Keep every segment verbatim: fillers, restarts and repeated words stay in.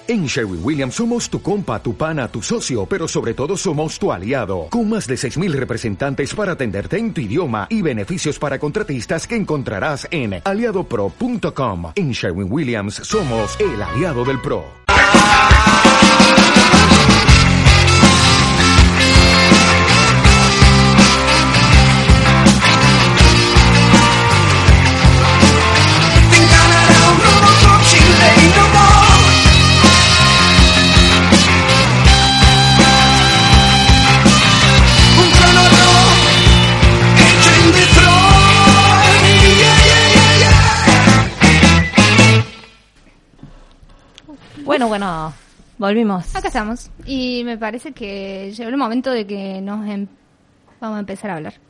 En Sherwin-Williams somos tu compa, tu pana, tu socio, pero sobre todo somos tu aliado, con más de seis mil representantes para atenderte en tu idioma y beneficios para contratistas que encontrarás en aliado pro punto com. En Sherwin-Williams somos el aliado del pro. Bueno, bueno, volvimos. Acá estamos. Y me parece que llegó el momento de que nos em- vamos a empezar a hablar.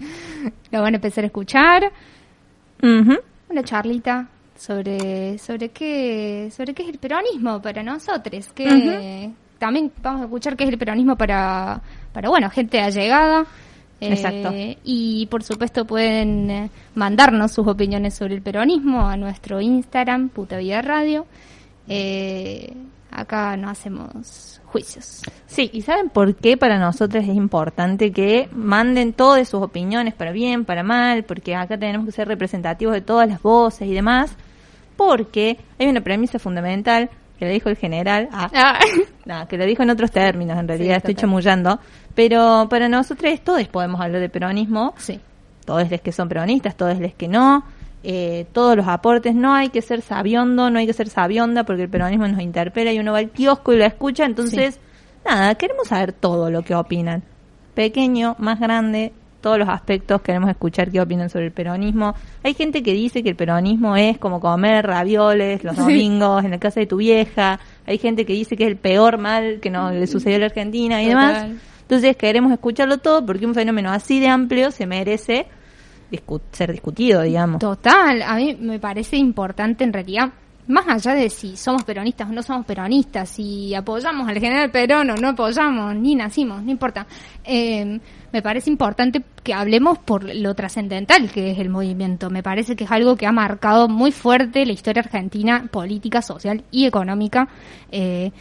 Lo van a empezar a escuchar. Uh-huh. Una charlita sobre sobre qué sobre qué es el peronismo para nosotros. Que Uh-huh. también vamos a escuchar qué es el peronismo para, para bueno, gente allegada. Eh, Exacto. Y por supuesto pueden eh, mandarnos sus opiniones sobre el peronismo a nuestro Instagram, Puta Vida Radio. Eh, acá no hacemos juicios. Sí, ¿y saben por qué para nosotros es importante que manden todas sus opiniones, para bien, para mal? Porque acá tenemos que ser representativos de todas las voces y demás. Porque hay una premisa fundamental que lo dijo el general. Ah, Ah. no, que lo dijo en otros términos, en realidad Sí, estoy total. chamullando. Pero para nosotros todos podemos hablar de peronismo. Sí. Todos los que son peronistas, todos los que no. Eh, todos los aportes, no hay que ser sabiondo, no hay que ser sabionda porque el peronismo nos interpela y uno va al kiosco y lo escucha, entonces nada, queremos saber todo lo que opinan, pequeño, más grande, todos los aspectos, queremos escuchar qué opinan sobre el peronismo. Hay gente que dice que el peronismo es como comer ravioles los Sí. domingos en la casa de tu vieja, hay gente que dice que es el peor mal que nos le sucedió a la Argentina y Total. demás, entonces queremos escucharlo todo porque un fenómeno así de amplio se merece discu- ser discutido, digamos. Total, a mí me parece importante en realidad, más allá de si somos peronistas o no somos peronistas, si apoyamos al general Perón o no apoyamos, ni nacimos, no importa. Eh, me parece importante que hablemos por lo trascendental que es el movimiento. Me parece que es algo que ha marcado muy fuerte la historia argentina, política, social y económica. Eh,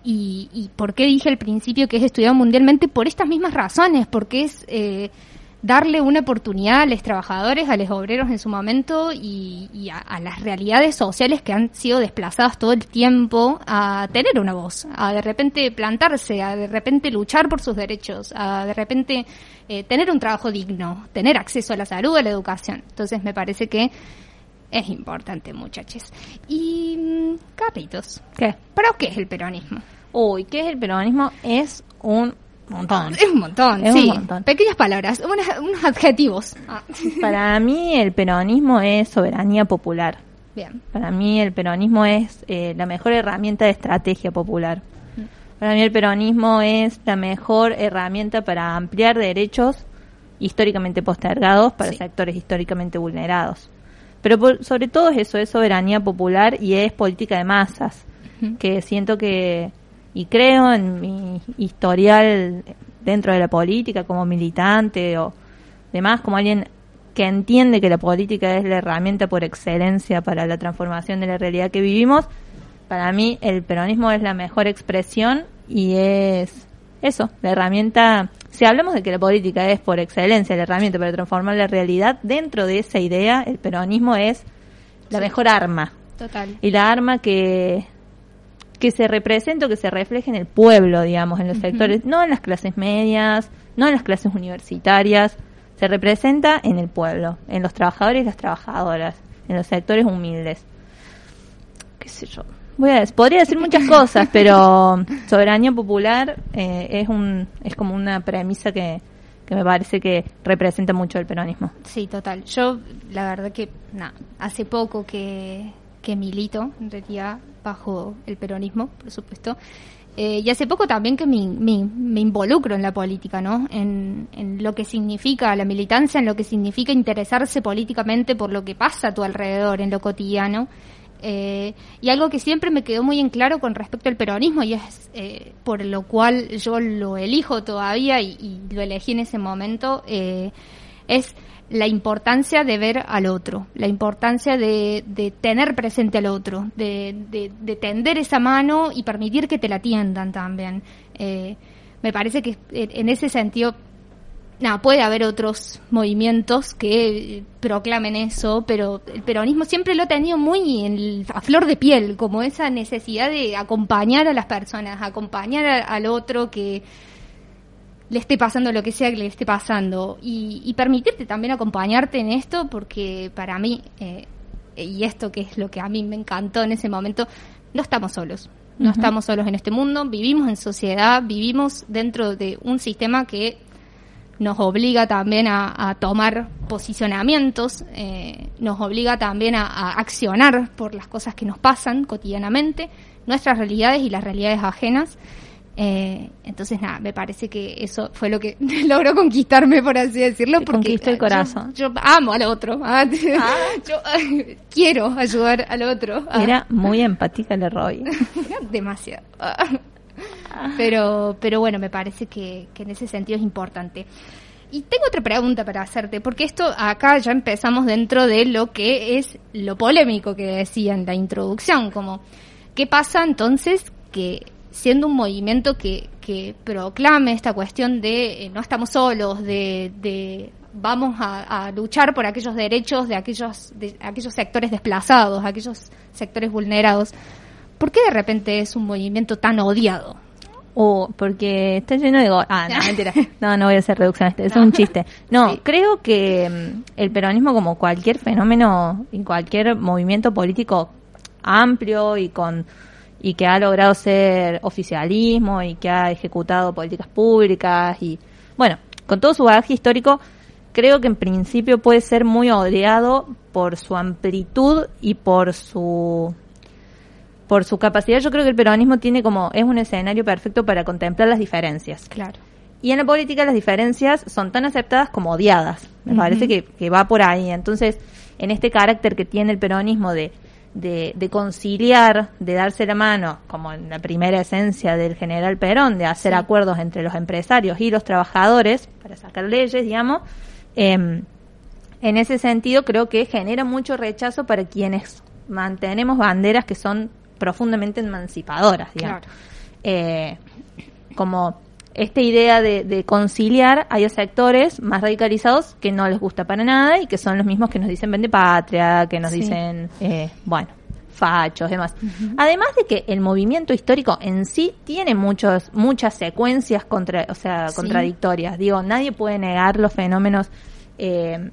y, y por qué dije al principio que es estudiado mundialmente por estas mismas razones, porque es... Eh, darle una oportunidad a los trabajadores, a los obreros en su momento y, y a, a las realidades sociales que han sido desplazadas todo el tiempo a tener una voz, a de repente plantarse, a de repente luchar por sus derechos, a de repente eh, tener un trabajo digno, tener acceso a la salud, a la educación. Entonces me parece que es importante, muchachos. Y, mm, Carlitos, ¿Qué? ¿pero qué es el peronismo? Uy, ¿qué es el peronismo? Es un montón. Es un montón, Es sí. un montón. Pequeñas palabras, unas- unos adjetivos. Ah. Para mí el peronismo es soberanía popular. Bien. Para mí el peronismo es eh, la mejor herramienta de estrategia popular. Para mí el peronismo es la mejor herramienta para ampliar derechos históricamente postergados para Sí. sectores históricamente vulnerados. Pero por- sobre todo es eso, es soberanía popular y es política de masas, Ujú. que siento que, y creo en mi historial dentro de la política como militante o demás, como alguien que entiende que la política es la herramienta por excelencia para la transformación de la realidad que vivimos, para mí el peronismo es la mejor expresión y es eso, la herramienta. Si hablamos de que la política es por excelencia la herramienta para transformar la realidad, dentro de esa idea el peronismo es la Sí. mejor arma. Total. Y la arma que que se represente o que se refleje en el pueblo, digamos, en los Ujú. sectores, no en las clases medias, no en las clases universitarias, se representa en el pueblo, en los trabajadores y las trabajadoras, en los sectores humildes. Qué sé yo. Voy a, podría decir muchas cosas, pero soberanía popular eh, es un es como una premisa que, que me parece que representa mucho el peronismo. Sí, total. Yo, la verdad que, nada, hace poco que, que milito, en realidad, bajo el peronismo, por supuesto. Eh, y hace poco también que me, me, me involucro en la política, ¿no? En, en lo que significa la militancia, en lo que significa interesarse políticamente por lo que pasa a tu alrededor, en lo cotidiano. Eh, y algo que siempre me quedó muy en claro con respecto al peronismo, y es eh, por lo cual yo lo elijo todavía y, y lo elegí en ese momento, eh, es la importancia de ver al otro, la importancia de, de tener presente al otro, de, de, de tender esa mano y permitir que te la tiendan también. Eh, me parece que en ese sentido, no, puede haber otros movimientos que proclamen eso, pero el peronismo siempre lo ha tenido muy en, a flor de piel, como esa necesidad de acompañar a las personas, acompañar a, al otro que le esté pasando lo que sea que le esté pasando y, y permitirte también acompañarte en esto, porque para mí, eh, y esto que es lo que a mí me encantó en ese momento, no estamos solos, no uh-huh. estamos solos en este mundo, vivimos en sociedad, vivimos dentro de un sistema que nos obliga también a, a tomar posicionamientos, eh, nos obliga también a, a accionar por las cosas que nos pasan cotidianamente, nuestras realidades y las realidades ajenas. Eh, entonces nada, me parece que eso fue lo que logró conquistarme, por así decirlo, porque conquistó el corazón. Yo, yo amo al otro, ah, yo eh, quiero ayudar al otro. Ah. Era muy empática la Roy. Demasiado. Pero, pero bueno, me parece que, que en ese sentido es importante. Y tengo otra pregunta para hacerte, porque esto acá ya empezamos dentro de lo que es lo polémico que decía en la introducción, como ¿qué pasa entonces que siendo un movimiento que, que proclame esta cuestión de eh, no estamos solos, de, de vamos a, a luchar por aquellos derechos de aquellos, de aquellos sectores desplazados, aquellos sectores vulnerados, ¿por qué de repente es un movimiento tan odiado? Oh, porque está lleno de... Go- ah, no, mentira. No, no voy a hacer reducción. Este, eso es un chiste. No, sí. Creo que um, el peronismo, como cualquier fenómeno y cualquier movimiento político amplio y con y que ha logrado ser oficialismo y que ha ejecutado políticas públicas y, bueno, con todo su bagaje histórico, creo que en principio puede ser muy odiado por su amplitud y por su... por su capacidad. Yo creo que el peronismo tiene como, es un escenario perfecto para contemplar las diferencias. Claro. Y en la política las diferencias son tan aceptadas como odiadas. Me uh-huh. parece que, que va por ahí. Entonces, en este carácter que tiene el peronismo de, de, de conciliar, de darse la mano, como en la primera esencia del general Perón, de hacer sí. acuerdos entre los empresarios y los trabajadores para sacar leyes, digamos, eh, en ese sentido creo que genera mucho rechazo para quienes mantenemos banderas que son profundamente emancipadoras, digamos. Claro. Eh, como esta idea de, de conciliar, hay sectores más radicalizados que no les gusta para nada y que son los mismos que nos dicen vende patria, que nos sí. dicen, eh, bueno, fachos, demás. Uh-huh. Además de que el movimiento histórico en sí tiene muchos muchas secuencias contra, o sea, sí. contradictorias. Digo, nadie puede negar los fenómenos... Eh,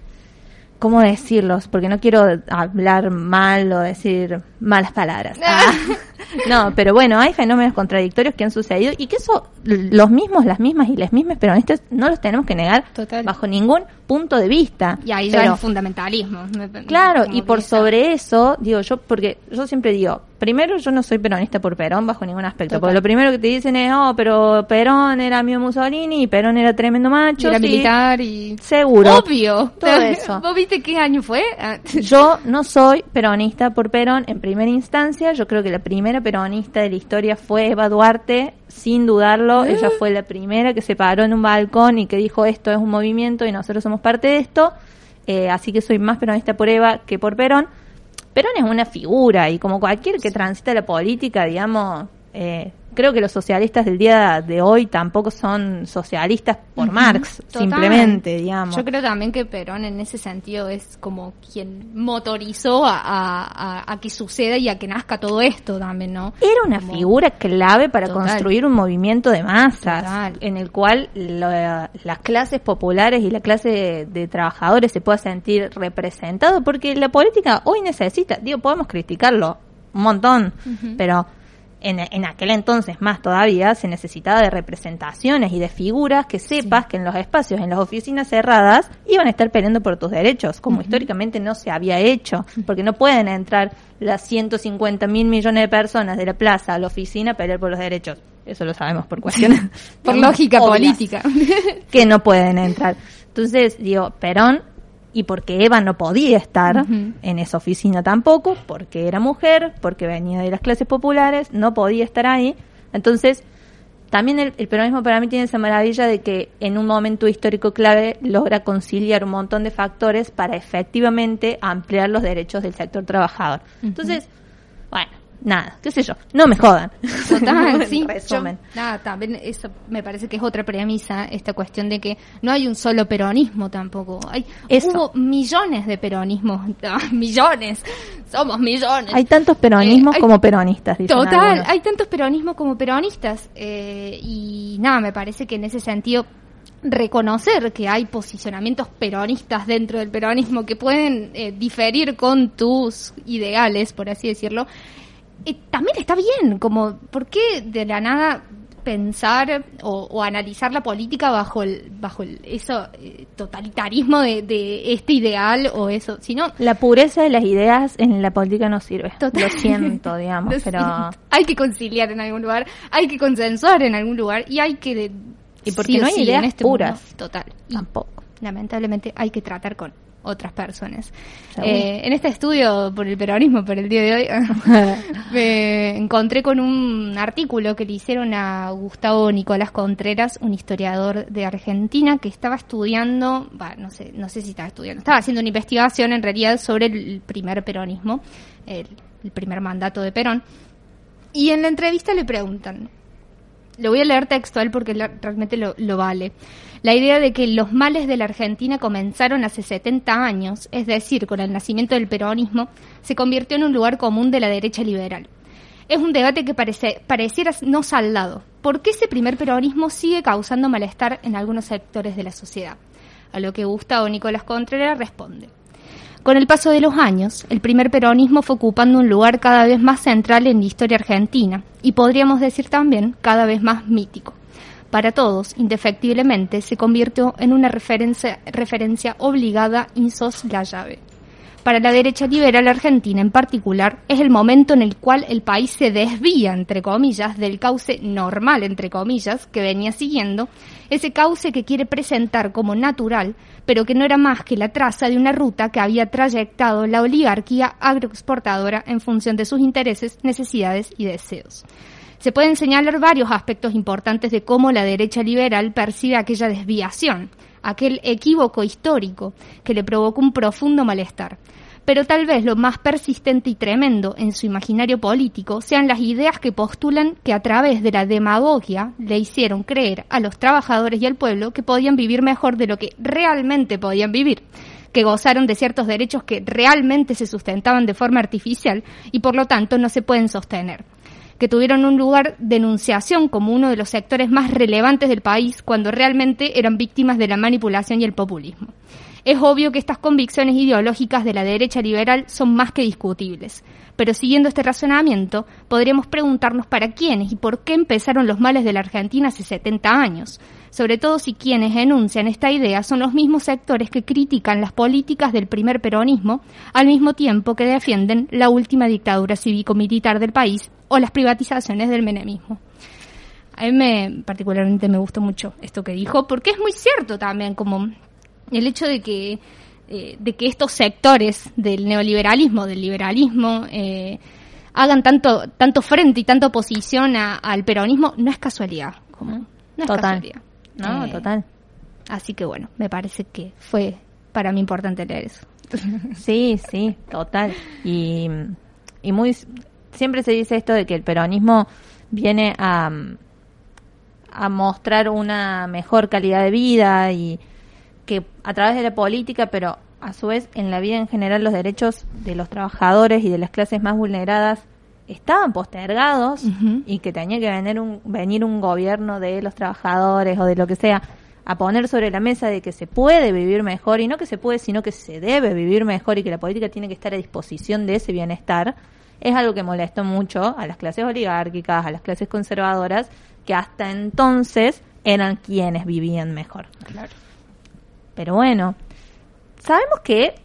¿Cómo decirlos? Porque no quiero hablar mal o decir malas palabras. Ah. No, pero bueno, hay fenómenos contradictorios que han sucedido y que eso, los mismos, las mismas y las mismas peronistas no los tenemos que negar Total. Bajo ningún punto de vista. Y ahí pero, ya es fundamentalismo. Claro, y por sobre eso, digo yo, porque yo siempre digo, primero yo no soy peronista por Perón bajo ningún aspecto, Total. Porque lo primero que te dicen es, oh, pero Perón era amigo de Mussolini y Perón era tremendo macho. Y era sí. militar y... Seguro. Obvio. Todo eso. ¿Vos viste qué año fue? Yo no soy peronista por Perón en primera instancia. Yo creo que la primera peronista de la historia fue Eva Duarte, sin dudarlo. ¿Eh? Ella fue la primera que se paró en un balcón y que dijo esto es un movimiento y nosotros somos parte de esto. Eh, así que soy más peronista por Eva que por Perón. Perón es una figura y como cualquier que transita la política, digamos, eh, creo que los socialistas del día de hoy tampoco son socialistas por uh-huh. Marx, Total. Simplemente, digamos. Yo creo también que Perón en ese sentido es como quien motorizó a, a, a que suceda y a que nazca todo esto también, ¿no? Era una como... figura clave para Total. Construir un movimiento de masas, Total. En el cual lo, las clases populares y la clase de, de trabajadores se pueda sentir representado, porque la política hoy necesita, digo, podemos criticarlo un montón, uh-huh. pero... En, en aquel entonces más todavía se necesitaba de representaciones y de figuras que sepas sí. que en los espacios, en las oficinas cerradas, iban a estar peleando por tus derechos, como uh-huh. históricamente no se había hecho, porque no pueden entrar las ciento cincuenta mil millones de personas de la plaza a la oficina a pelear por los derechos. Eso lo sabemos por cuestiones... por lógica obvias, política. Que no pueden entrar. Entonces, digo, Perón... Y porque Eva no podía estar uh-huh. en esa oficina tampoco, porque era mujer, porque venía de las clases populares, no podía estar ahí. Entonces, también el, el peronismo para mí tiene esa maravilla de que en un momento histórico clave logra conciliar un montón de factores para efectivamente ampliar los derechos del sector trabajador. Uh-huh. Entonces, bueno, nada, qué sé yo, no me jodan. Total, sí. Resumen. Yo, nada, también eso me parece que es otra premisa, esta cuestión de que no hay un solo peronismo tampoco. Hay eso. Hubo millones de peronismos, millones, somos millones. Hay tantos peronismos eh, hay, como peronistas, dicen total, algunos. Hay tantos peronismos como peronistas eh, y nada, me parece que en ese sentido reconocer que hay posicionamientos peronistas dentro del peronismo que pueden eh, diferir con tus ideales, por así decirlo, Eh, también está bien, como, ¿por qué de la nada pensar o, o analizar la política bajo el bajo el eso eh, totalitarismo de, de este ideal o eso? Sino la pureza de las ideas en la política no sirve. Total. Lo siento, digamos, Lo pero siento. Hay que conciliar en algún lugar, hay que consensuar en algún lugar y hay que de, y porque sí, no hay sí, ideas en este puras, mundo, total. Y tampoco. Lamentablemente hay que tratar con otras personas. Eh, en este estudio por el peronismo, por el día de hoy, me encontré con un artículo que le hicieron a Gustavo Nicolás Contreras, un historiador de Argentina que estaba estudiando, bah, no sé, no sé si estaba estudiando, estaba haciendo una investigación en realidad sobre el primer peronismo, el, el primer mandato de Perón, y en la entrevista le preguntan, lo voy a leer textual porque la, realmente lo, lo vale. La idea de que los males de la Argentina comenzaron hace setenta años, es decir, con el nacimiento del peronismo, se convirtió en un lugar común de la derecha liberal. Es un debate que parece, pareciera no saldado. ¿Por qué ese primer peronismo sigue causando malestar en algunos sectores de la sociedad? A lo que Gustavo Nicolás Contreras responde. Con el paso de los años, el primer peronismo fue ocupando un lugar cada vez más central en la historia argentina y podríamos decir también cada vez más mítico. Para todos, indefectiblemente, se convirtió en una referencia, referencia obligada insoslayable. Para la derecha liberal argentina en particular, es el momento en el cual el país se desvía, entre comillas, del cauce normal, entre comillas, que venía siguiendo, ese cauce que quiere presentar como natural, pero que no era más que la traza de una ruta que había trayectado la oligarquía agroexportadora en función de sus intereses, necesidades y deseos. Se pueden señalar varios aspectos importantes de cómo la derecha liberal percibe aquella desviación, aquel equívoco histórico que le provocó un profundo malestar. Pero tal vez lo más persistente y tremendo en su imaginario político sean las ideas que postulan que a través de la demagogia le hicieron creer a los trabajadores y al pueblo que podían vivir mejor de lo que realmente podían vivir, que gozaron de ciertos derechos que realmente se sustentaban de forma artificial y por lo tanto no se pueden sostener, que tuvieron un lugar de enunciación como uno de los sectores más relevantes del país cuando realmente eran víctimas de la manipulación y el populismo. Es obvio que estas convicciones ideológicas de la derecha liberal son más que discutibles, pero siguiendo este razonamiento, podríamos preguntarnos para quiénes y por qué empezaron los males de la Argentina hace setenta años, sobre todo si quienes enuncian esta idea son los mismos sectores que critican las políticas del primer peronismo, al mismo tiempo que defienden la última dictadura cívico-militar del país o las privatizaciones del menemismo. A mí me, particularmente me gustó mucho esto que dijo, porque es muy cierto también, como el hecho de que eh, de que estos sectores del neoliberalismo, del liberalismo, eh, hagan tanto tanto frente y tanta oposición a, al peronismo, no es casualidad. Como, no es total. casualidad. No, eh, total. Así que bueno, me parece que fue para mí importante leer eso. Sí, sí, total. Y, y muy siempre se dice esto de que el peronismo viene a, a mostrar una mejor calidad de vida y que a través de la política, pero a su vez en la vida en general los derechos de los trabajadores y de las clases más vulneradas estaban postergados uh-huh. y que tenía que venir un, venir un gobierno de los trabajadores o de lo que sea a poner sobre la mesa de que se puede vivir mejor y no que se puede, sino que se debe vivir mejor y que la política tiene que estar a disposición de ese bienestar, es algo que molestó mucho a las clases oligárquicas, a las clases conservadoras, que hasta entonces eran quienes vivían mejor. Claro. Pero bueno, sabemos que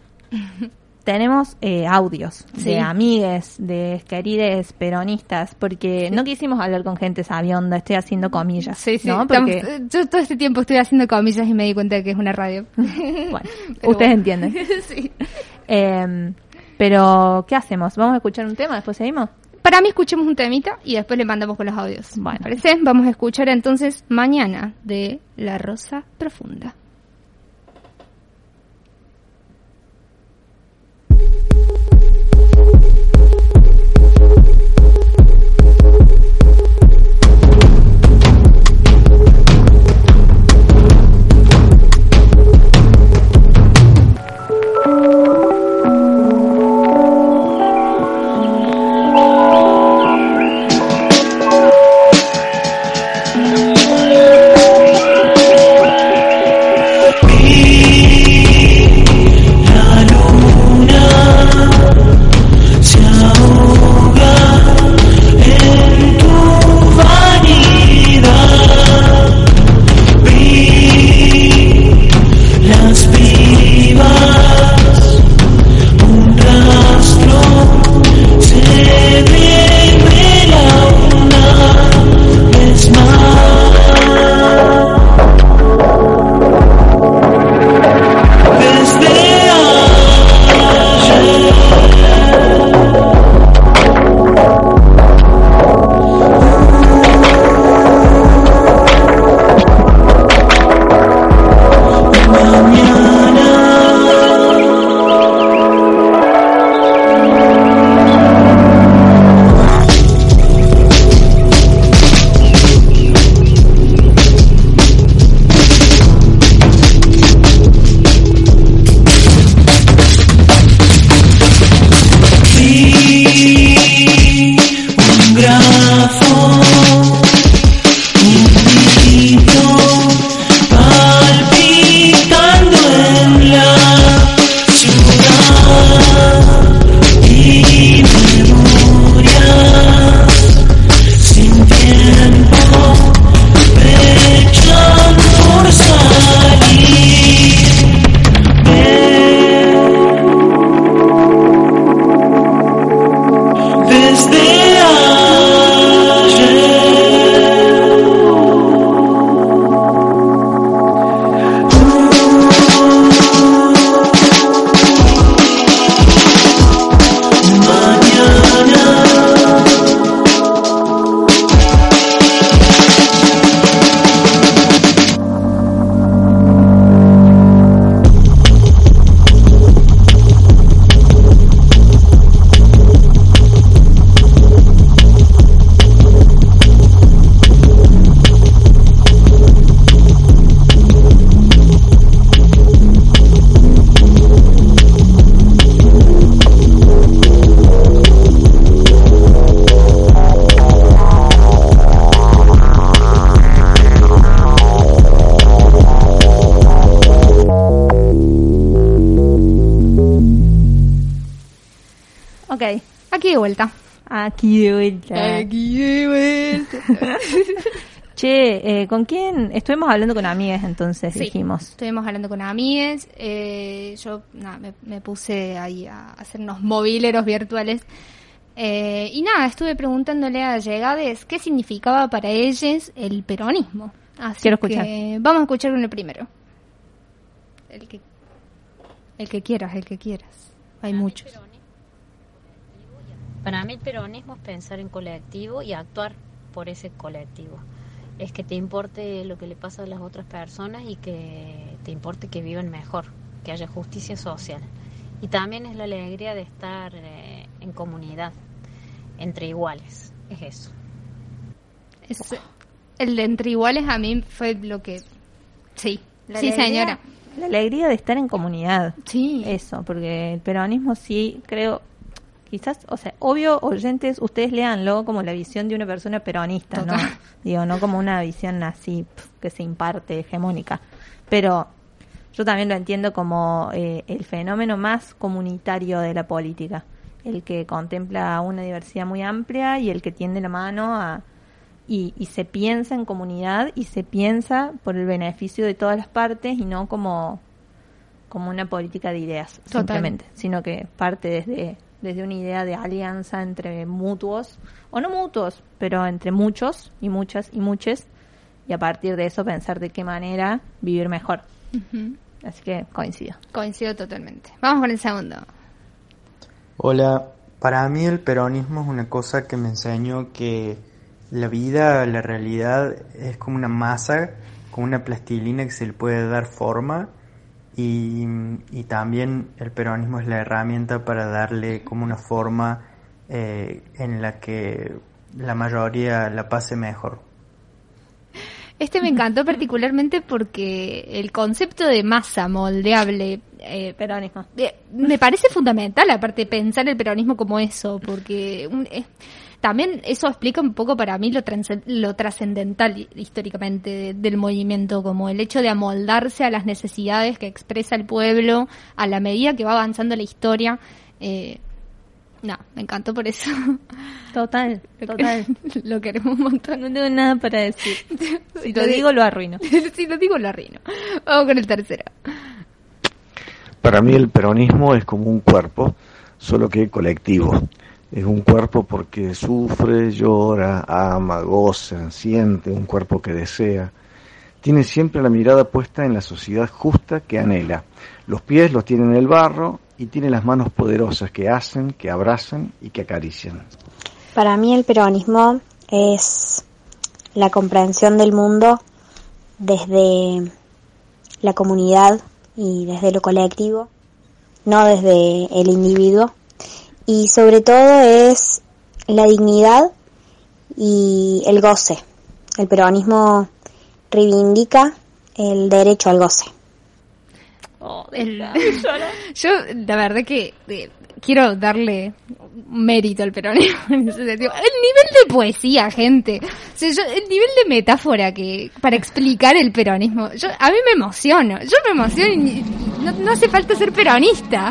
tenemos eh, audios sí. de amigues, de querides peronistas, porque no quisimos hablar con gente sabionda, estoy haciendo comillas. Sí, sí. ¿no? Porque... Estamos, yo todo este tiempo estoy haciendo comillas y me di cuenta de que es una radio. Bueno, pero ustedes bueno. entienden. Sí. Eh, pero, ¿qué hacemos? ¿Vamos a escuchar un tema? ¿Después seguimos? para mí escuchemos un temita y después le mandamos con los audios. Bueno. ¿Parece? Vamos a escuchar entonces Mañana de La Rosa Profunda. Ok. Aquí de vuelta. Aquí de vuelta. Aquí de vuelta. Che, eh, ¿con quién? Estuvimos hablando con amigas entonces, Sí, dijimos. estuvimos hablando con amigues. Eh, yo nada, me, me puse ahí a hacer unos mobileros virtuales. Eh, y nada, estuve preguntándole a Llegades qué significaba para ellos el peronismo. Así Quiero escuchar. que vamos a escuchar uno primero. El que, el que quieras, el que quieras. Hay Para muchos. Mí Para mí el peronismo es pensar en colectivo y actuar por ese colectivo. Es que te importe lo que le pasa a las otras personas y que te importe que vivan mejor, que haya justicia social. Y también es la alegría de estar eh, en comunidad, entre iguales. Es eso. Es, el de entre iguales a mí fue lo que... Sí, La sí alegría- señora. La alegría de estar en comunidad. Sí. Eso, porque el peronismo sí, creo, quizás, o sea, obvio, oyentes, ustedes léanlo como la visión de una persona peronista, ¿no? Total. Digo, no como una visión así pf, que se imparte, hegemónica. Pero yo también lo entiendo como eh, el fenómeno más comunitario de la política, el que contempla una diversidad muy amplia y el que tiende la mano a... Y, y se piensa en comunidad y se piensa por el beneficio de todas las partes y no como, como una política de ideas, Total. simplemente, sino que parte desde, desde una idea de alianza entre mutuos, o no mutuos, pero entre muchos y muchas y muches, y a partir de eso pensar de qué manera vivir mejor. Ujú. Así que coincido. Coincido totalmente. Vamos con el segundo. Hola, Para mí el peronismo es una cosa que me enseñó que la vida, la realidad es como una masa, como una plastilina que se le puede dar forma, y, y también el peronismo es la herramienta para darle como una forma eh, en la que la mayoría la pase mejor. Este me encantó particularmente porque el concepto de masa moldeable, eh, Peronismo. eh, me parece fundamental, aparte de pensar el peronismo como eso, porque un, eh, también eso explica un poco para mí lo, trans- lo trascendental históricamente de- del movimiento, como el hecho de amoldarse a las necesidades que expresa el pueblo a la medida que va avanzando la historia. Eh, no, me encantó por eso. Total, Lo total. que- Lo queremos un montón. No tengo nada para decir. Si lo digo, lo arruino. Si lo digo, lo arruino. Vamos con el tercero. Para mí el peronismo es como un cuerpo, solo que colectivo. Es un cuerpo porque sufre, llora, ama, goza, siente, un cuerpo que desea. Tiene siempre la mirada puesta en la sociedad justa que anhela. Los pies los tiene en el barro y tiene las manos poderosas que hacen, que abrazan y que acarician. Para mí el peronismo es la comprensión del mundo desde la comunidad y desde lo colectivo, no desde el individuo. Y sobre todo es la dignidad y el goce. El peronismo reivindica el derecho al goce. Oh, El- yo, la verdad que eh, quiero darle mérito al peronismo en ese sentido. El nivel de poesía, gente. O sea, yo- el nivel de metáfora que para explicar el peronismo. Yo, a mí me emociono. Yo me emociono y no, no hace falta ser peronista.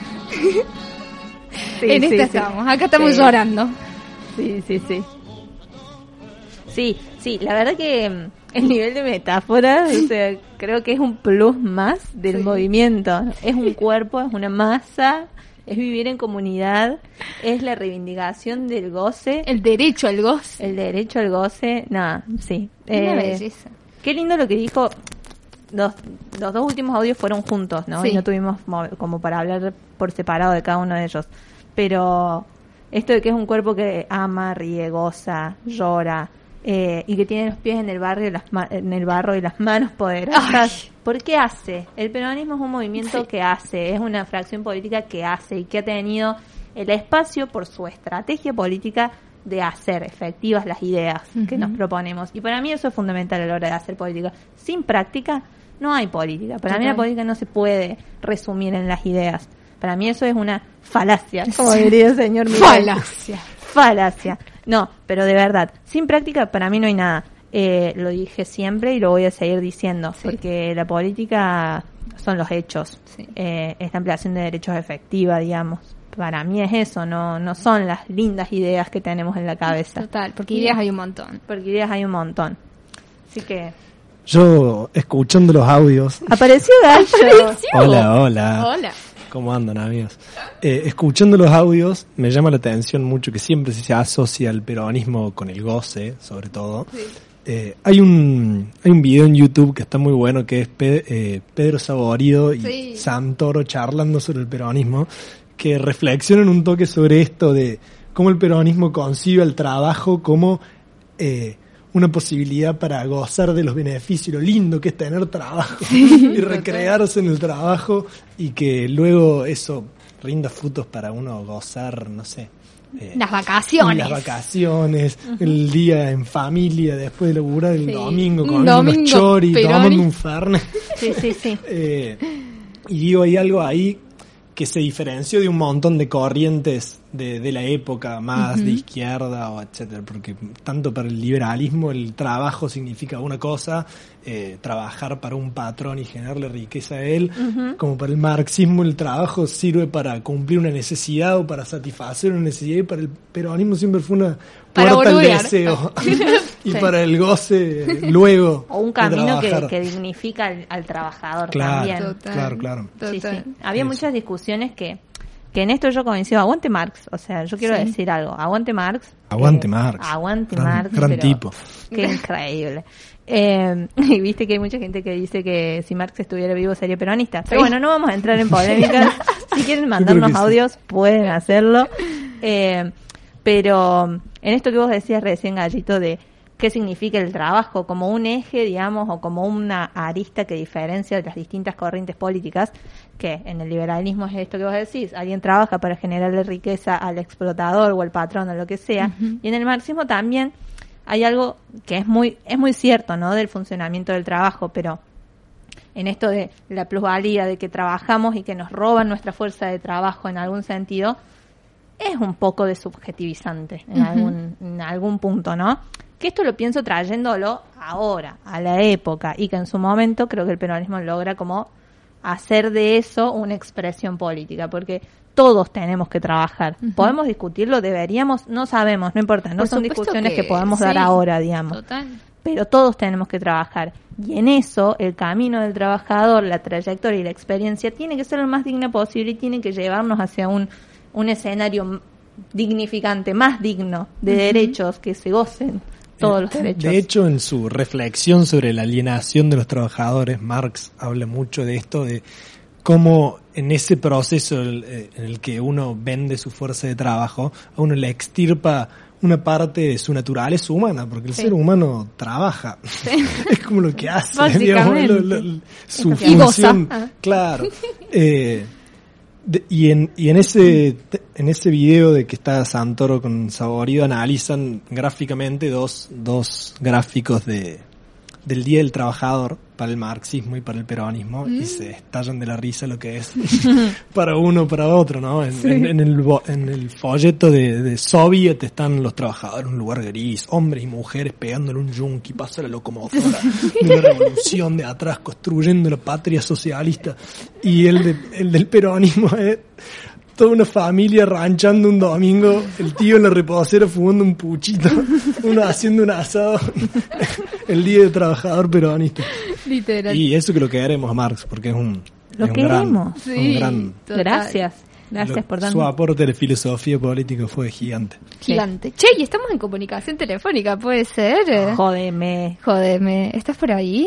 Sí, en sí, esta sí. estamos. Acá estamos Sí. llorando. Sí, sí, sí. Sí, sí, la verdad que mm, el nivel de metáfora, o sea, creo que es un plus más del Sí. movimiento. Es un cuerpo, es una masa, es vivir en comunidad, es la reivindicación del goce, El derecho al goce. el derecho al goce. Nada, sí. Una Eh, belleza. Qué lindo lo que dijo. Los, los dos últimos audios fueron juntos, ¿no? Sí. Y no tuvimos mo- como para hablar por separado de cada uno de ellos. Pero esto de que es un cuerpo que ama, ríe, goza, llora, eh, y que tiene los pies en el barrio, las ma- en el barro y las manos poderosas. Ay. ¿Por qué hace? El peronismo es un movimiento Sí. que hace, es una fracción política que hace y que ha tenido el espacio por su estrategia política de hacer efectivas las ideas que Ujú. nos proponemos. Y para mí eso es fundamental a la hora de hacer política. Sin práctica no hay política. Para mí la Total. política no se puede resumir en las ideas. Para mí eso es una falacia, como diría el señor Milei. Falacia. Falacia. No, pero de verdad, sin práctica para mí no hay nada. Eh, lo dije siempre y lo voy a seguir diciendo, Sí. porque la política son los hechos. Sí. Eh, es la ampliación de derechos efectiva, digamos. Para mí es eso, no no son las lindas ideas que tenemos en la cabeza. Total, porque ideas hay un montón. Porque ideas hay un montón. Así que... Yo, escuchando los audios... Apareció Gallo. Hola, hola. Hola. ¿Cómo andan, amigos? Eh, escuchando los audios, me llama la atención mucho que siempre se asocia el peronismo con el goce, sobre todo. Eh, hay un hay un video en YouTube que está muy bueno, que es Pe- eh, Pedro Saborido y Sí. Santoro charlando sobre el peronismo, que reflexionan un toque sobre esto de cómo el peronismo concibe el trabajo como eh, una posibilidad para gozar de los beneficios, lo lindo que es tener trabajo y recrearse en el trabajo, y que luego eso rinda frutos para uno gozar, no sé, eh, Las vacaciones. las vacaciones, el día en familia, después de laburar el Sí. domingo, Un comiendo unos domingo choris, peroni. tomando un fernet. Sí, sí, sí. Eh, y digo, hay algo ahí que se diferenció de un montón de corrientes de, de la época más Ujú. de izquierda o etcétera, porque tanto para el liberalismo el trabajo significa una cosa, eh, trabajar para un patrón y generarle riqueza a él, Ujú. como para el marxismo el trabajo sirve para cumplir una necesidad o para satisfacer una necesidad, y para el peronismo siempre fue una Para puerta al boludear. deseo y Sí. para el goce luego O un de camino que, trabajar. que dignifica al, al trabajador Claro. también. Total. Claro, claro. Sí, Total. sí. Había Eso. muchas discusiones que, que en esto yo coincido. Aguante Marx. O sea, yo quiero Sí. decir algo. Aguante Marx. Aguante Eh, Marx. Aguante Gran- Marx. gran pero tipo. Qué increíble. Eh, y viste que hay mucha gente que dice que si Marx estuviera vivo sería peronista. Pero Sí. bueno, no vamos a entrar en polémicas. Si quieren creo mandarnos que sí. audios, pueden hacerlo. Eh, pero en esto que vos decías recién, Gallito, de qué significa el trabajo como un eje, digamos, o como una arista que diferencia de las distintas corrientes políticas, que en el liberalismo es esto que vos decís, alguien trabaja para generarle riqueza al explotador o al patrón o lo que sea, uh-huh. y en el marxismo también hay algo que es muy es muy cierto, ¿no?, del funcionamiento del trabajo, pero en esto de la plusvalía, de que trabajamos y que nos roban nuestra fuerza de trabajo en algún sentido, es un poco de subjetivizante en, uh-huh. algún, en algún punto, ¿no? Que esto lo pienso trayéndolo ahora, a la época, y que en su momento creo que el peronismo logra como hacer de eso una expresión política, porque todos tenemos que trabajar. Uh-huh. Podemos discutirlo, deberíamos, no sabemos, no importa, no Por son discusiones que, que podemos sí, dar ahora, digamos. Total. Pero todos tenemos que trabajar. Y en eso, el camino del trabajador, la trayectoria y la experiencia tiene que ser lo más digna posible y tiene que llevarnos hacia un, un escenario dignificante, más digno, de uh-huh. derechos que se gocen. Todos los derechos. De hecho, en su reflexión sobre la alienación de los trabajadores, Marx habla mucho de esto, de cómo en ese proceso en el que uno vende su fuerza de trabajo, a uno le extirpa una parte de su naturaleza humana, porque el sí. ser humano trabaja. Sí. Es como lo que hace, digamos, lo, lo, su y función. Ah. Claro. Eh, De, y en y en ese en ese video de que está Santoro con Saborido analizan gráficamente dos dos gráficos de del Día del Trabajador para el marxismo y para el peronismo mm. y se estallan de la risa lo que es para uno para otro, ¿no? En, sí. en, en el en el folleto de, de Soviet están los trabajadores en un lugar gris, hombres y mujeres pegándole un yunque, pasa la locomotora de la revolución de atrás construyendo la patria socialista, y el de, el del peronismo es toda una familia ranchando un domingo, el tío en la reposera fumando un puchito, uno haciendo un asado, el Día del Trabajador peronista. Literal. Y eso que lo queremos a Marx, porque es un, lo es un queremos. gran, sí, un gran gracias. Gracias lo, por darme. Su aporte de filosofía política fue gigante. Gigante. Sí. Che, y estamos en comunicación telefónica, ¿puede ser? Jódeme. Jódeme. ¿Estás por ahí?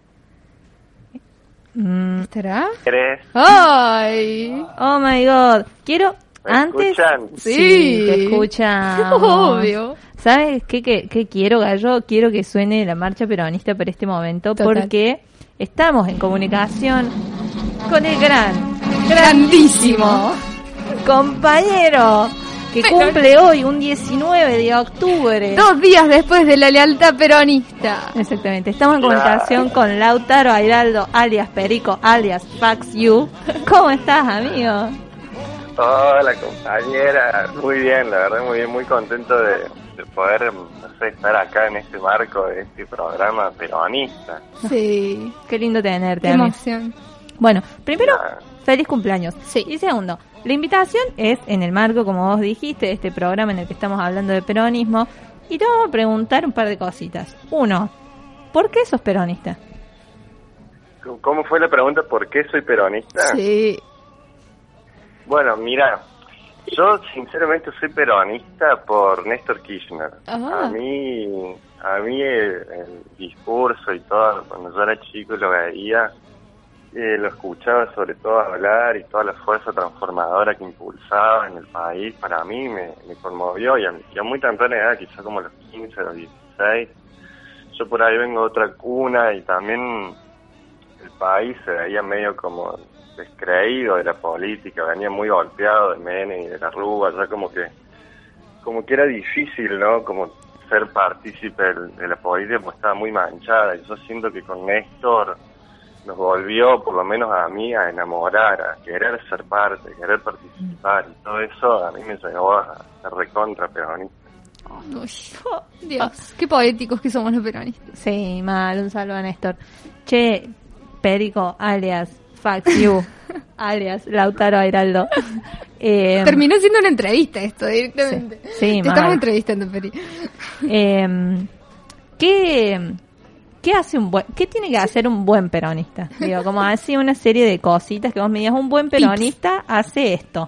Mm. ¿Estará? ¿Querés? ¡Ay! Oh my God. Quiero. ¿Me antes. escuchan? Sí, sí, te escuchan. Obvio. ¿Sabes qué, qué, qué quiero, Gallo? Quiero que suene la marcha peronista para este momento. Total. Porque estamos en comunicación con el gran, grandísimo compañero que Pero... cumple hoy, un diecinueve de octubre. Dos días después de la lealtad peronista. Exactamente. Estamos en comunicación con Lautaro Airaldo, alias Perico, alias Fax You. ¿Cómo estás, amigo? Hola, compañera. Muy bien, la verdad, muy bien. Muy contento de, de poder, no sé, estar acá en este marco de este programa peronista. Sí. Qué lindo tenerte, Qué emoción. Bueno, primero, ya. feliz cumpleaños. Sí. Y segundo, la invitación es en el marco, como vos dijiste, de este programa en el que estamos hablando de peronismo. Y te vamos a preguntar un par de cositas. Uno, ¿por qué sos peronista? ¿Cómo fue la pregunta? ¿Por qué soy peronista? Sí. Bueno, mira, yo sinceramente soy peronista por Néstor Kirchner. Ajá. A mí, a mí el, el discurso y todo, cuando yo era chico lo veía, eh, lo escuchaba sobre todo hablar y toda la fuerza transformadora que impulsaba en el país, para mí me, me conmovió y a, y a muy temprana edad, quizás como a los quince o dieciséis, yo por ahí vengo de otra cuna y también el país se veía medio como descreído de la política, venía muy golpeado de Menem y de la Rúa, ya como que como que era difícil, ¿no? Como ser partícipe de la política, pues estaba muy manchada, y yo siento que con Néstor nos volvió, por lo menos a mí, a enamorar, a querer ser parte, a querer participar, y todo eso a mí me llevó a ser recontra peronista. Uy, oh, Dios, qué poéticos que somos los peronistas. Sí, mal, un saludo a Néstor. Che, Perico, alias Fax You, alias Lautaro Airaldo. Eh, Terminó siendo una entrevista esto directamente. Sí, sí, Te mal. estamos entrevistando, Peri. Eh, ¿qué, qué hace un buen, qué tiene que hacer un buen peronista? Digo, como así una serie de cositas que vos me digas, un buen peronista Tips. Hace esto.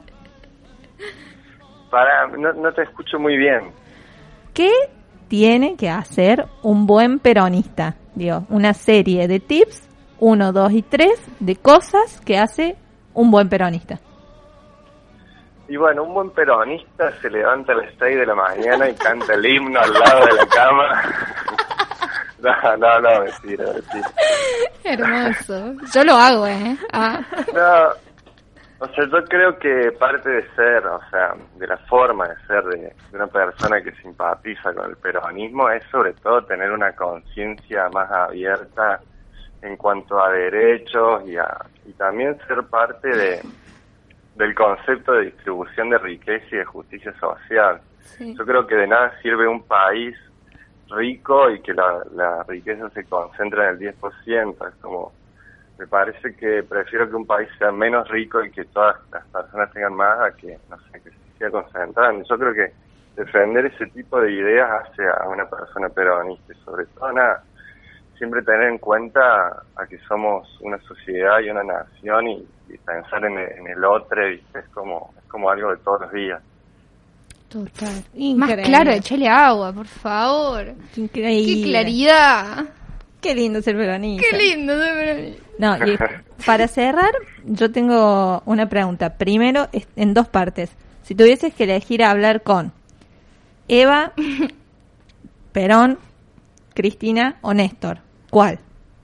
Para, no, no te escucho muy bien. ¿Qué tiene que hacer un buen peronista? Digo, una serie de tips. Uno, dos y tres de cosas que hace un buen peronista. Y bueno, un buen peronista se levanta a las seis de la mañana y canta el himno al lado de la cama. No, no, no, mentira, mentira. Hermoso. Yo lo hago, ¿eh? Ah. No, o sea, yo creo que parte de ser, o sea, de la forma de ser de, de una persona que simpatiza con el peronismo es sobre todo tener una conciencia más abierta en cuanto a derechos y, a, y también ser parte de del concepto de distribución de riqueza y de justicia social. Sí. Yo creo que de nada sirve un país rico y que la, la riqueza se concentra en el diez por ciento. Es como, me parece que prefiero que un país sea menos rico y que todas las personas tengan más a que, no sé, que se siga concentrando. Yo creo que defender ese tipo de ideas hace a una persona peronista y sobre todo, nada, siempre tener en cuenta a que somos una sociedad y una nación y, y pensar en el, en el otro, ¿viste? Es como, es como algo de todos los días. Total. Increíble. Más claro, echale agua, por favor. Qué increíble. Qué claridad. Qué lindo ser peronista. Qué lindo ser peronista. No, y para cerrar, yo tengo una pregunta. Primero, en dos partes. Si tuvieses que elegir hablar con Eva, Perón, Cristina o Néstor, ¿cuál?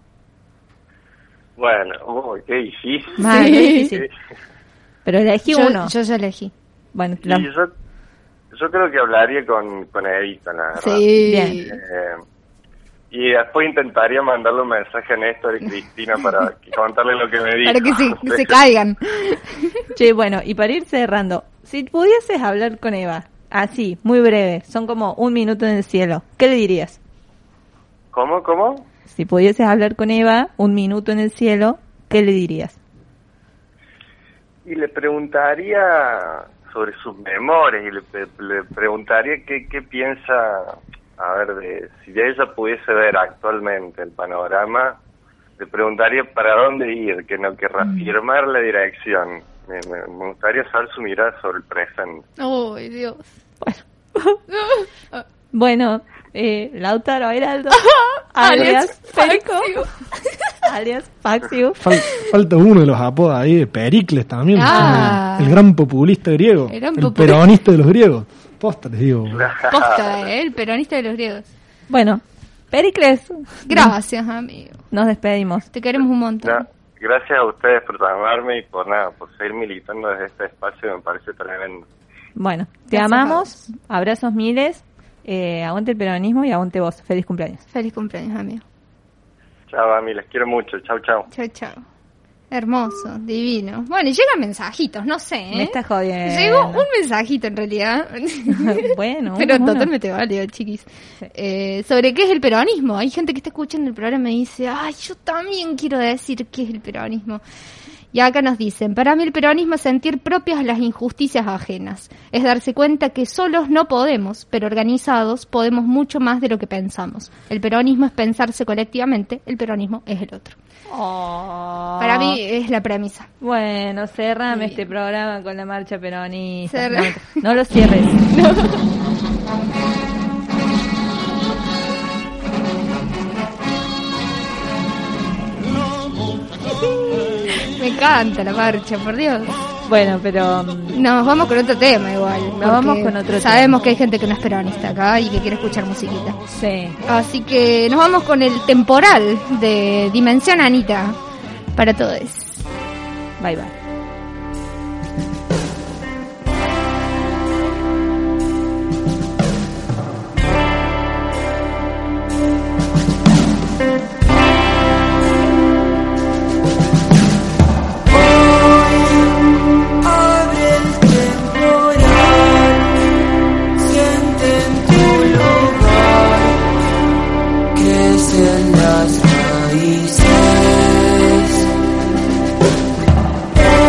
Bueno, oh, qué difícil. Mal, qué difícil. Pero elegí yo, uno. Yo ya elegí. Bueno, claro. Y yo, yo creo que hablaría con, con Evita, la verdad. Sí. Bien. Eh, y después intentaría mandarle un mensaje a Néstor y Cristina para contarle lo que me dijo. Para que se, se caigan. Che, bueno, y para ir cerrando, si pudieses hablar con Eva, así, muy breve, son como un minuto en el cielo, ¿qué le dirías? ¿Cómo, cómo? Si pudieses hablar con Eva, un minuto en el cielo, ¿qué le dirías? Y le preguntaría sobre sus memorias y le, le preguntaría qué, qué piensa, a ver, de si ella pudiese ver actualmente el panorama, le preguntaría para dónde ir, que no querrá mm. firmar la dirección. Me, me, me gustaría saber su mirada sobre el presente. ¡Oh, Dios! Bueno, bueno eh, Lautaro Heraldo, alias Perico, alias Faxio. Fal, falta uno de los apodos ahí de Pericles también, ah. el, el gran populista griego, el, gran el popul- peronista de los griegos. Posta, les digo. Posta, ¿eh? El peronista de los griegos. Bueno, Pericles. Gracias, amigo. Nos despedimos. Te queremos un montón. No, gracias a ustedes por llamarme y por nada, por seguir militando desde este espacio, me parece tremendo. Bueno, te gracias, amamos, abrazos miles, eh, aguante el peronismo y aguante vos. Feliz cumpleaños. Feliz cumpleaños, amigo. Chao, Ami, les quiero mucho. Chau, chau. Chau, chau. Hermoso, divino. Bueno, y llegan mensajitos, no sé, ¿eh? Me estás jodiendo. Llegó un mensajito en realidad. Bueno, pero uno, totalmente uno. válido, chiquis. Sí. Eh, sobre qué es el peronismo. Hay gente que está escuchando el programa y me dice, ay, yo también quiero decir qué es el peronismo. Y acá nos dicen, para mí el peronismo es sentir propias las injusticias ajenas. Es darse cuenta que solos no podemos, pero organizados podemos mucho más de lo que pensamos. El peronismo es pensarse colectivamente, el peronismo es el otro. Oh. Para mí es la premisa. Bueno, cerrame sí. este programa con la marcha peronista. Cerra. No, no lo cierres. No. Me encanta la marcha, por Dios. Bueno, pero... Nos vamos con otro tema igual. Nos vamos con otro sabemos tema. que hay gente que no es peronista acá y que quiere escuchar musiquita. Sí. Así que nos vamos con el temporal de Dimensión Anita para todos. Bye, bye. Las raíces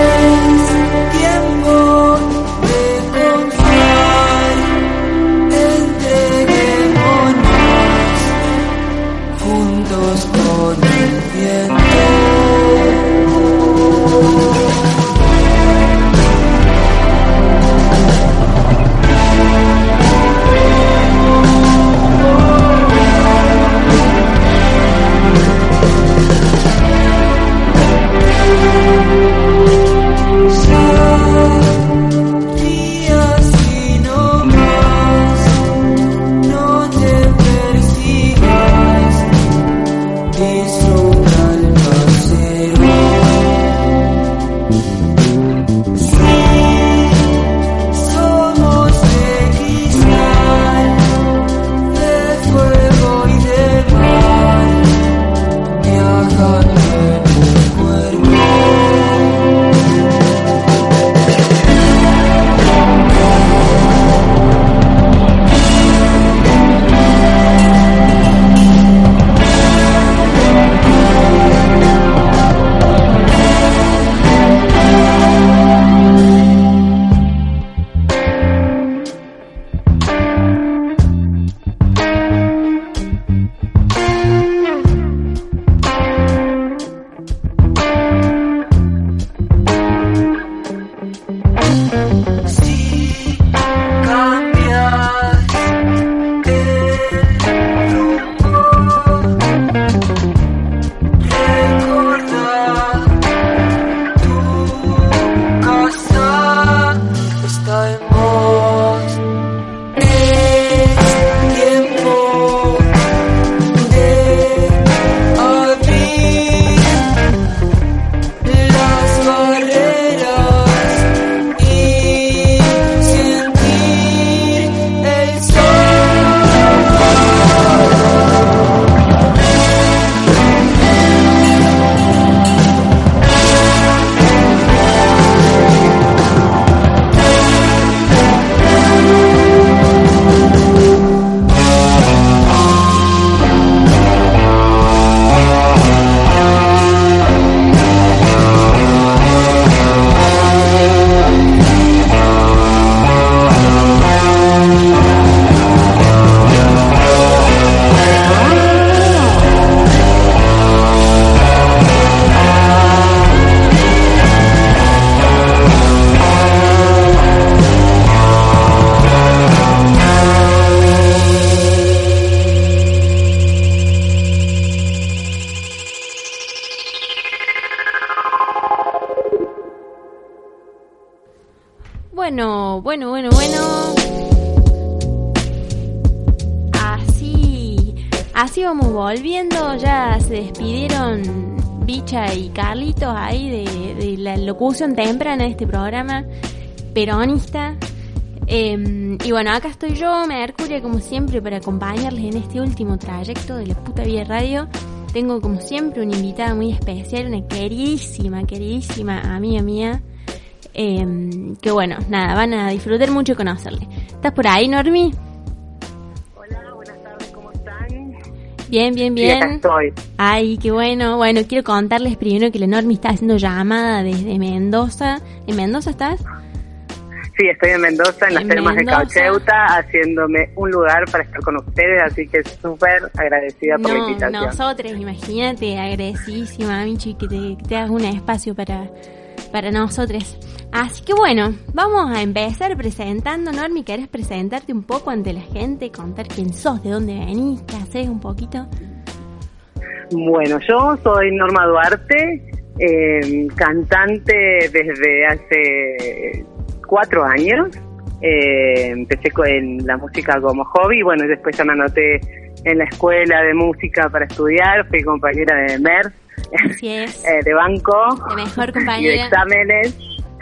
así vamos volviendo. Ya se despidieron Bicha y Carlitos ahí de, de la locución temprana de este programa peronista. Eh, y bueno, acá estoy yo, Mercuria, como siempre, para acompañarles en este último trayecto de la puta vida radio. Tengo como siempre una invitada muy especial, una queridísima, queridísima amiga mía, eh, que bueno, nada, van a disfrutar mucho conocerle. ¿Estás por ahí, Normi? Hola, buenas tardes, ¿cómo están? Bien, bien, bien. Sí, acá estoy. Ay, qué bueno. Bueno, quiero contarles primero que la Normi está haciendo llamada desde Mendoza. ¿En Mendoza estás? Sí, estoy en Mendoza, en las En termas Mendoza. de Caucheuta, haciéndome un lugar para estar con ustedes, así que súper agradecida por la No, invitación. nosotros, imagínate, agradecidísima, Michi, que te, que te hagas un espacio para, para nosotros. Así que bueno, vamos a empezar presentando. Normi, ¿querés presentarte un poco ante la gente? Contar quién sos, de dónde venís, qué haces un poquito. Bueno, yo soy Norma Duarte, eh, cantante desde hace cuatro años. Eh, empecé con la música como hobby, bueno, y después ya me anoté en la escuela de música para estudiar, fui compañera de M E R, Así es. eh, de banco, La mejor y de compañera. exámenes.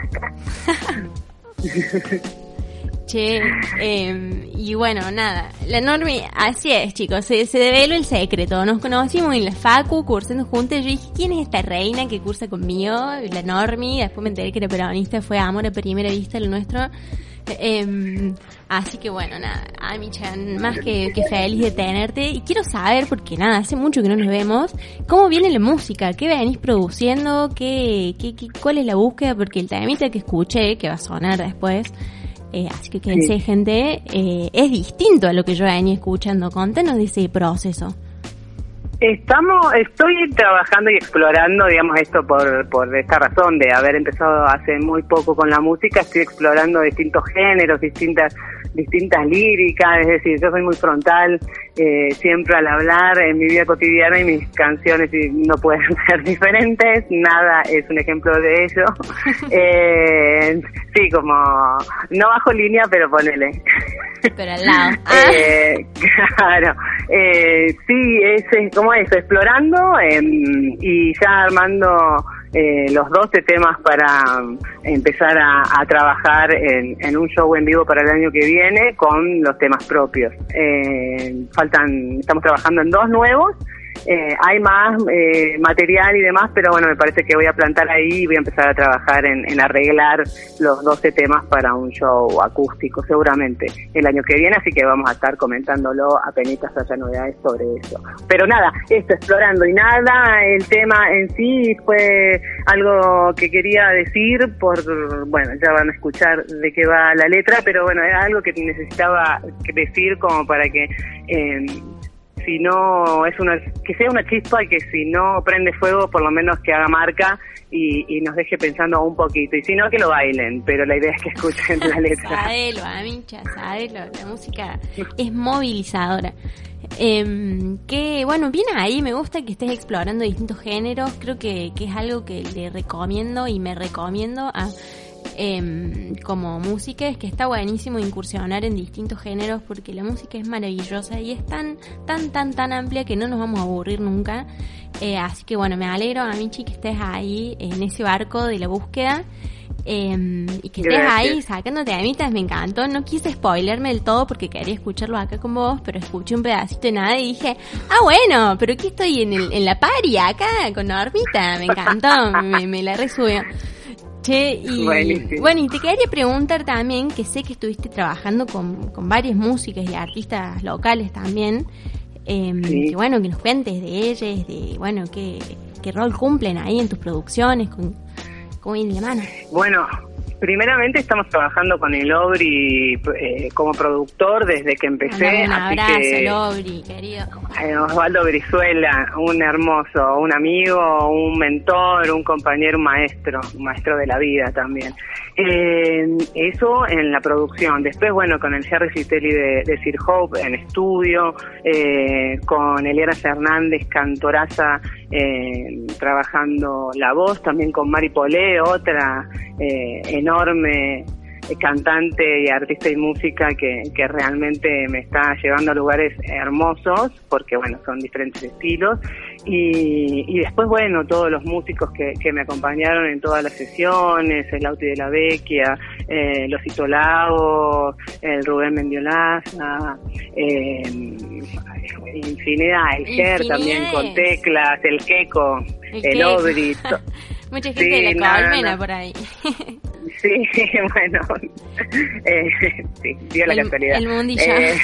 Che, eh, y bueno, nada, la Normi, así es, chicos, se, se develó el secreto. Nos conocimos en la facu, cursando juntos. Yo dije, ¿quién es esta reina que cursa conmigo? La Normi. Después me enteré que era peronista, fue amor a primera vista lo nuestro. Eh, así que bueno, nada, a mi Chan, más que, que feliz de tenerte. Y quiero saber, porque nada, hace mucho que no nos vemos, ¿cómo viene la música? ¿Qué venís produciendo? ¿Qué, qué, qué, ¿Cuál es la búsqueda? Porque el temita que escuché, que va a sonar después, Eh, así que quédense, sí, gente, eh, es distinto a lo que yo venía escuchando. Contanos de ese proceso. Estamos, estoy trabajando y explorando, digamos, esto por, por esta razón de haber empezado hace muy poco con la música. Estoy explorando distintos géneros, distintas distintas líricas, es decir, yo soy muy frontal, eh, siempre al hablar en mi vida cotidiana, y mis canciones no pueden ser diferentes, nada es un ejemplo de ello. eh, sí, como, no bajo línea, pero ponele. Pero al lado. eh, claro, eh, sí, es, es como eso, explorando eh, y ya armando eh, los doce temas para um, empezar a, a trabajar en, en un show en vivo para el año que viene con los temas propios. Eh, faltan, estamos trabajando en dos nuevos. Eh, hay más eh, material y demás, pero bueno, me parece que voy a plantar ahí y voy a empezar a trabajar en, en arreglar los doce temas para un show acústico seguramente el año que viene, así que vamos a estar comentándolo apenas haya novedades sobre eso. Pero nada, esto, explorando y nada, el tema en sí fue algo que quería decir por, bueno, ya van a escuchar de qué va la letra, pero bueno, era algo que necesitaba decir como para que eh, si no es una, que sea una chispa y que si no prende fuego, por lo menos que haga marca y, y nos deje pensando un poquito. Y si no, que lo bailen, pero la idea es que escuchen la letra. Sabelo, amicha, sabelo, la música es movilizadora. Eh, que bueno, bien ahí, me gusta que estés explorando distintos géneros. Creo que, que es algo que le recomiendo y me recomiendo a Eh, como música, es que está buenísimo incursionar en distintos géneros, porque la música es maravillosa y es tan, tan, tan, tan amplia que no nos vamos a aburrir nunca. Eh, así que bueno, me alegro, Amichi, que estés ahí en ese barco de la búsqueda. Eh, y que estés Gracias. ahí sacándote de mitas, me encantó. No quise spoilerme del todo porque quería escucharlo acá con vos, pero escuché un pedacito de nada y dije, ah bueno, pero aquí estoy en, el, en la pari acá con Normita, me encantó, me, me la resubió. Che, y Buenísimo. bueno, y te quería preguntar también, que sé que estuviste trabajando con, con varias músicas y artistas locales también, eh, Sí. que bueno, que nos cuentes de ellas, de bueno, qué, qué rol cumplen ahí en tus producciones, con, cómo viene la mano. Bueno, primeramente estamos trabajando con el Obri eh, como productor desde que empecé. Mandame un así abrazo, que, Lobri, querido. eh, Osvaldo Brizuela, un hermoso, un amigo, un mentor, un compañero, un maestro, un maestro de la vida también. Eh, eso en la producción. Después, bueno, con el Jerry Citelli de, de Sir Hope en estudio, eh, con Eliana Hernández, cantoraza, eh, trabajando la voz, también con Mari Polé, otra eh, enorme cantante y artista y música que, que realmente me está llevando a lugares hermosos, porque bueno, son diferentes estilos. Y, y después, bueno, todos los músicos que, que me acompañaron en todas las sesiones, el Lauti de la Vecchia, eh, los Itolao, el Rubén Mendiolaza, eh, infinidad, el Ger también con teclas, el Keiko, el, el Obri. Mucha gente sí, de la colmena no, no. por ahí. Sí, bueno, eh, sí, dio la el, casualidad. El mundillo. Eh,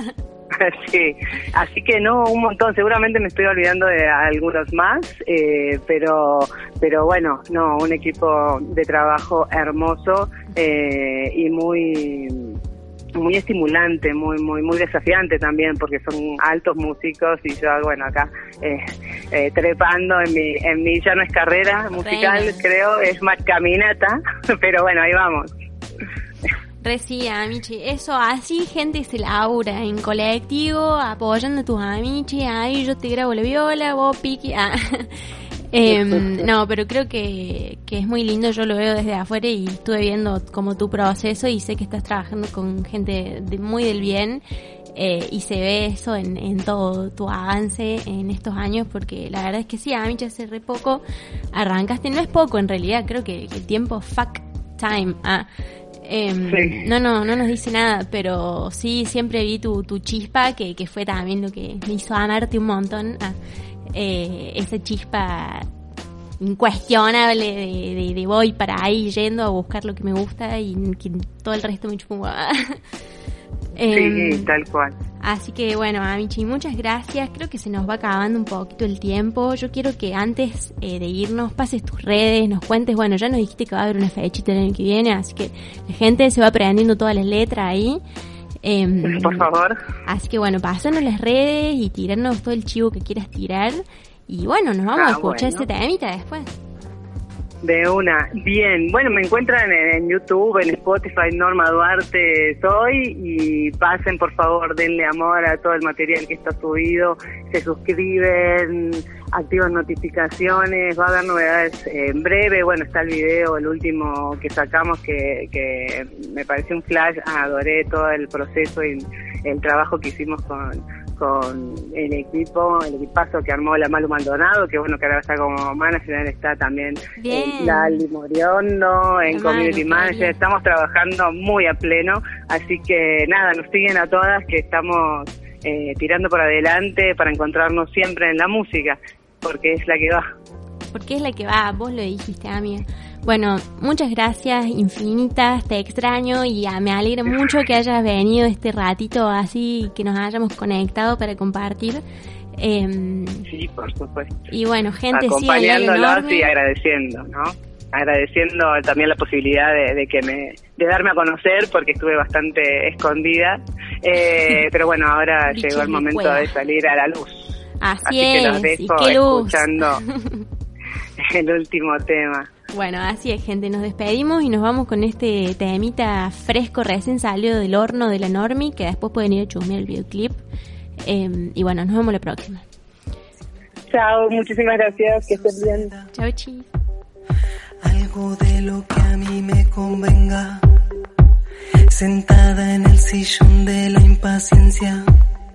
sí, así que no, un montón, seguramente me estoy olvidando de algunos más, eh, pero pero bueno, no, un equipo de trabajo hermoso eh, y muy muy estimulante, muy muy muy desafiante también, porque son altos músicos y yo, bueno, acá eh, eh, trepando en mi en mi ya no es carrera musical, Reina. Creo, es más caminata, pero bueno, ahí vamos. Recía, Michi, eso así gente se labura en colectivo, apoyando a tus amichi, ahí yo te grabo la viola, vos piqui, ah. Eh, no, pero creo que, que es muy lindo, yo lo veo desde afuera y estuve viendo como tu proceso y sé que estás trabajando con gente de muy del bien eh, y se ve eso en, en todo tu avance en estos años, porque la verdad es que sí, a mí ya hace re poco arrancaste, no es poco en realidad, creo que, que el tiempo fuck time, ah, eh, sí. no, no, no nos dice nada, pero sí, siempre vi tu, tu chispa, que, que fue también lo que me hizo amarte un montón, ah. Eh, esa chispa incuestionable de, de, de voy para ahí yendo a buscar lo que me gusta y que todo el resto me chupa un huevo. eh, sí, tal cual. Así que bueno, Amichi, muchas gracias. Creo que se nos va acabando un poquito el tiempo. Yo quiero que antes eh, de irnos pases tus redes, nos cuentes, bueno, ya nos dijiste que va a haber una fechita el año que viene, así que la gente se va aprendiendo todas las letras ahí. Eh, Por favor. Así que bueno, pásanos las redes y tirarnos todo el chivo que quieras tirar. Y bueno, nos vamos ah, a escuchar bueno. ese temita después. De una. Bien, bueno, me encuentran en, en YouTube, en Spotify, Norma Duarte soy, y pasen por favor, denle amor a todo el material que está subido, se suscriben, activan notificaciones, va a haber novedades en breve. Bueno, está el video, el último que sacamos, que, que me pareció un flash, adoré todo el proceso y el trabajo que hicimos con con el equipo, el equipazo que armó la Malu Maldonado, que bueno, que ahora está como manager, está también en Lali Moriondo, en la Community Manu, Manager, estamos trabajando muy a pleno, así que nada, nos siguen a todas, que estamos eh, tirando por adelante para encontrarnos siempre en la música, porque es la que va. Porque es la que va, vos lo dijiste, amiga. Bueno, muchas gracias infinitas, te extraño y me alegra mucho que hayas venido este ratito así, que nos hayamos conectado para compartir. Eh, sí, por supuesto. Y bueno, gente, acompañándolos y agradeciendo, ¿no? Agradeciendo también la posibilidad de, de que me de darme a conocer, porque estuve bastante escondida, eh, pero bueno, ahora llegó el momento cueva. de salir a la luz. Así, así es, que los dejo ¿y qué luz? escuchando el último tema. Bueno, así es, gente, nos despedimos y nos vamos con este temita fresco, recién salido del horno de la Normi, que después pueden ir a chusmear el videoclip. Eh, y bueno, nos vemos la próxima. Chao, muchísimas gracias, que estés bien. Chao, chi. Algo de lo que a mí me convenga, sentada en el sillón de la impaciencia.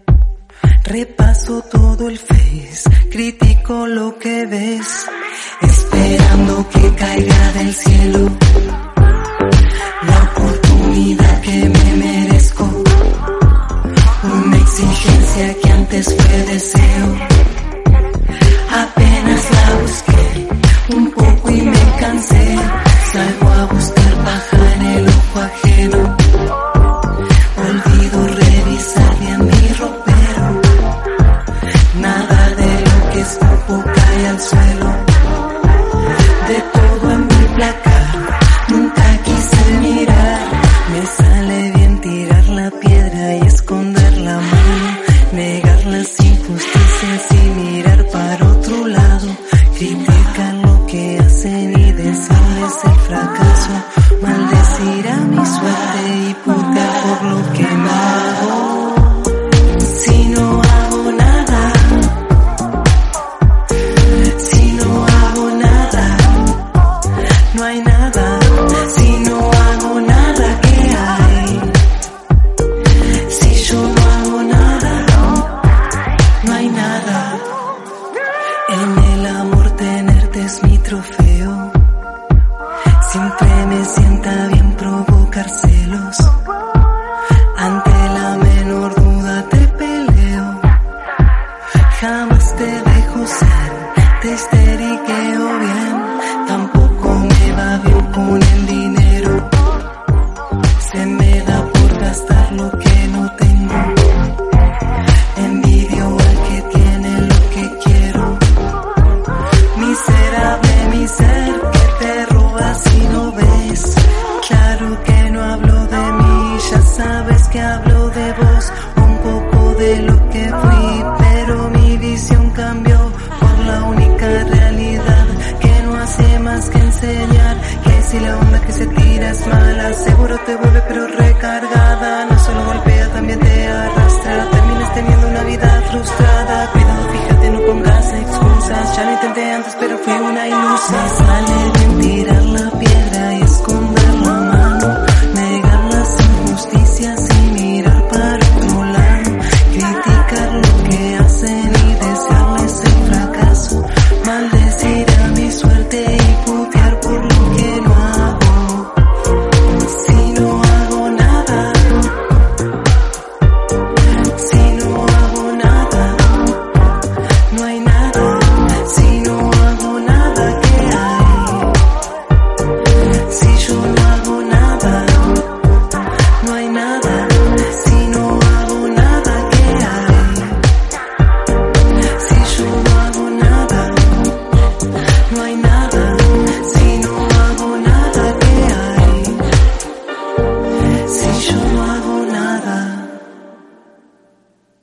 Repaso todo el face, critico lo que ves, esperando que caiga del cielo la oportunidad que me merezco, una exigencia que antes fue deseo. Apenas la busqué un poco y me cansé, salgo a buscar paja en el ojo ajeno, olvido revisar bien mi ropero, nada de lo que escupo cae al suelo, de todo en mi placar, nunca quise mirar, me sale bien tirar la piedra y esconder la mano, negar las injusticias y mirar para otro lado, criticar lo que hacen y desearles el fracaso, maldecir a mi suerte y purgar por lo que no hago. Si no hago nada, si no hago nada, no hay nada. Si no hago nada, trofeo. Siempre me sienta bien provocar celos. Ante la menor duda te peleo. Jamás te dejo ser, te histeriqueo bien. Tampoco me va bien con el dinero. Se me da por gastar lo que no tengo. Envidio al que tiene lo que quiero. Miserable mi ser que te robas y no ves. Claro que no hablo de mí, ya sabes que hablo de vos. Un poco de lo que fui, pero mi visión cambió por la única realidad que no hace más que enseñar que si la onda que se tira es mala, seguro te vuelve pero recargada. No solo golpea, también te arrastra. Terminas teniendo una vida frustrada. Cuidado, fíjate, no pongas excusas. Ya lo intenté antes, pero fui una ilusa.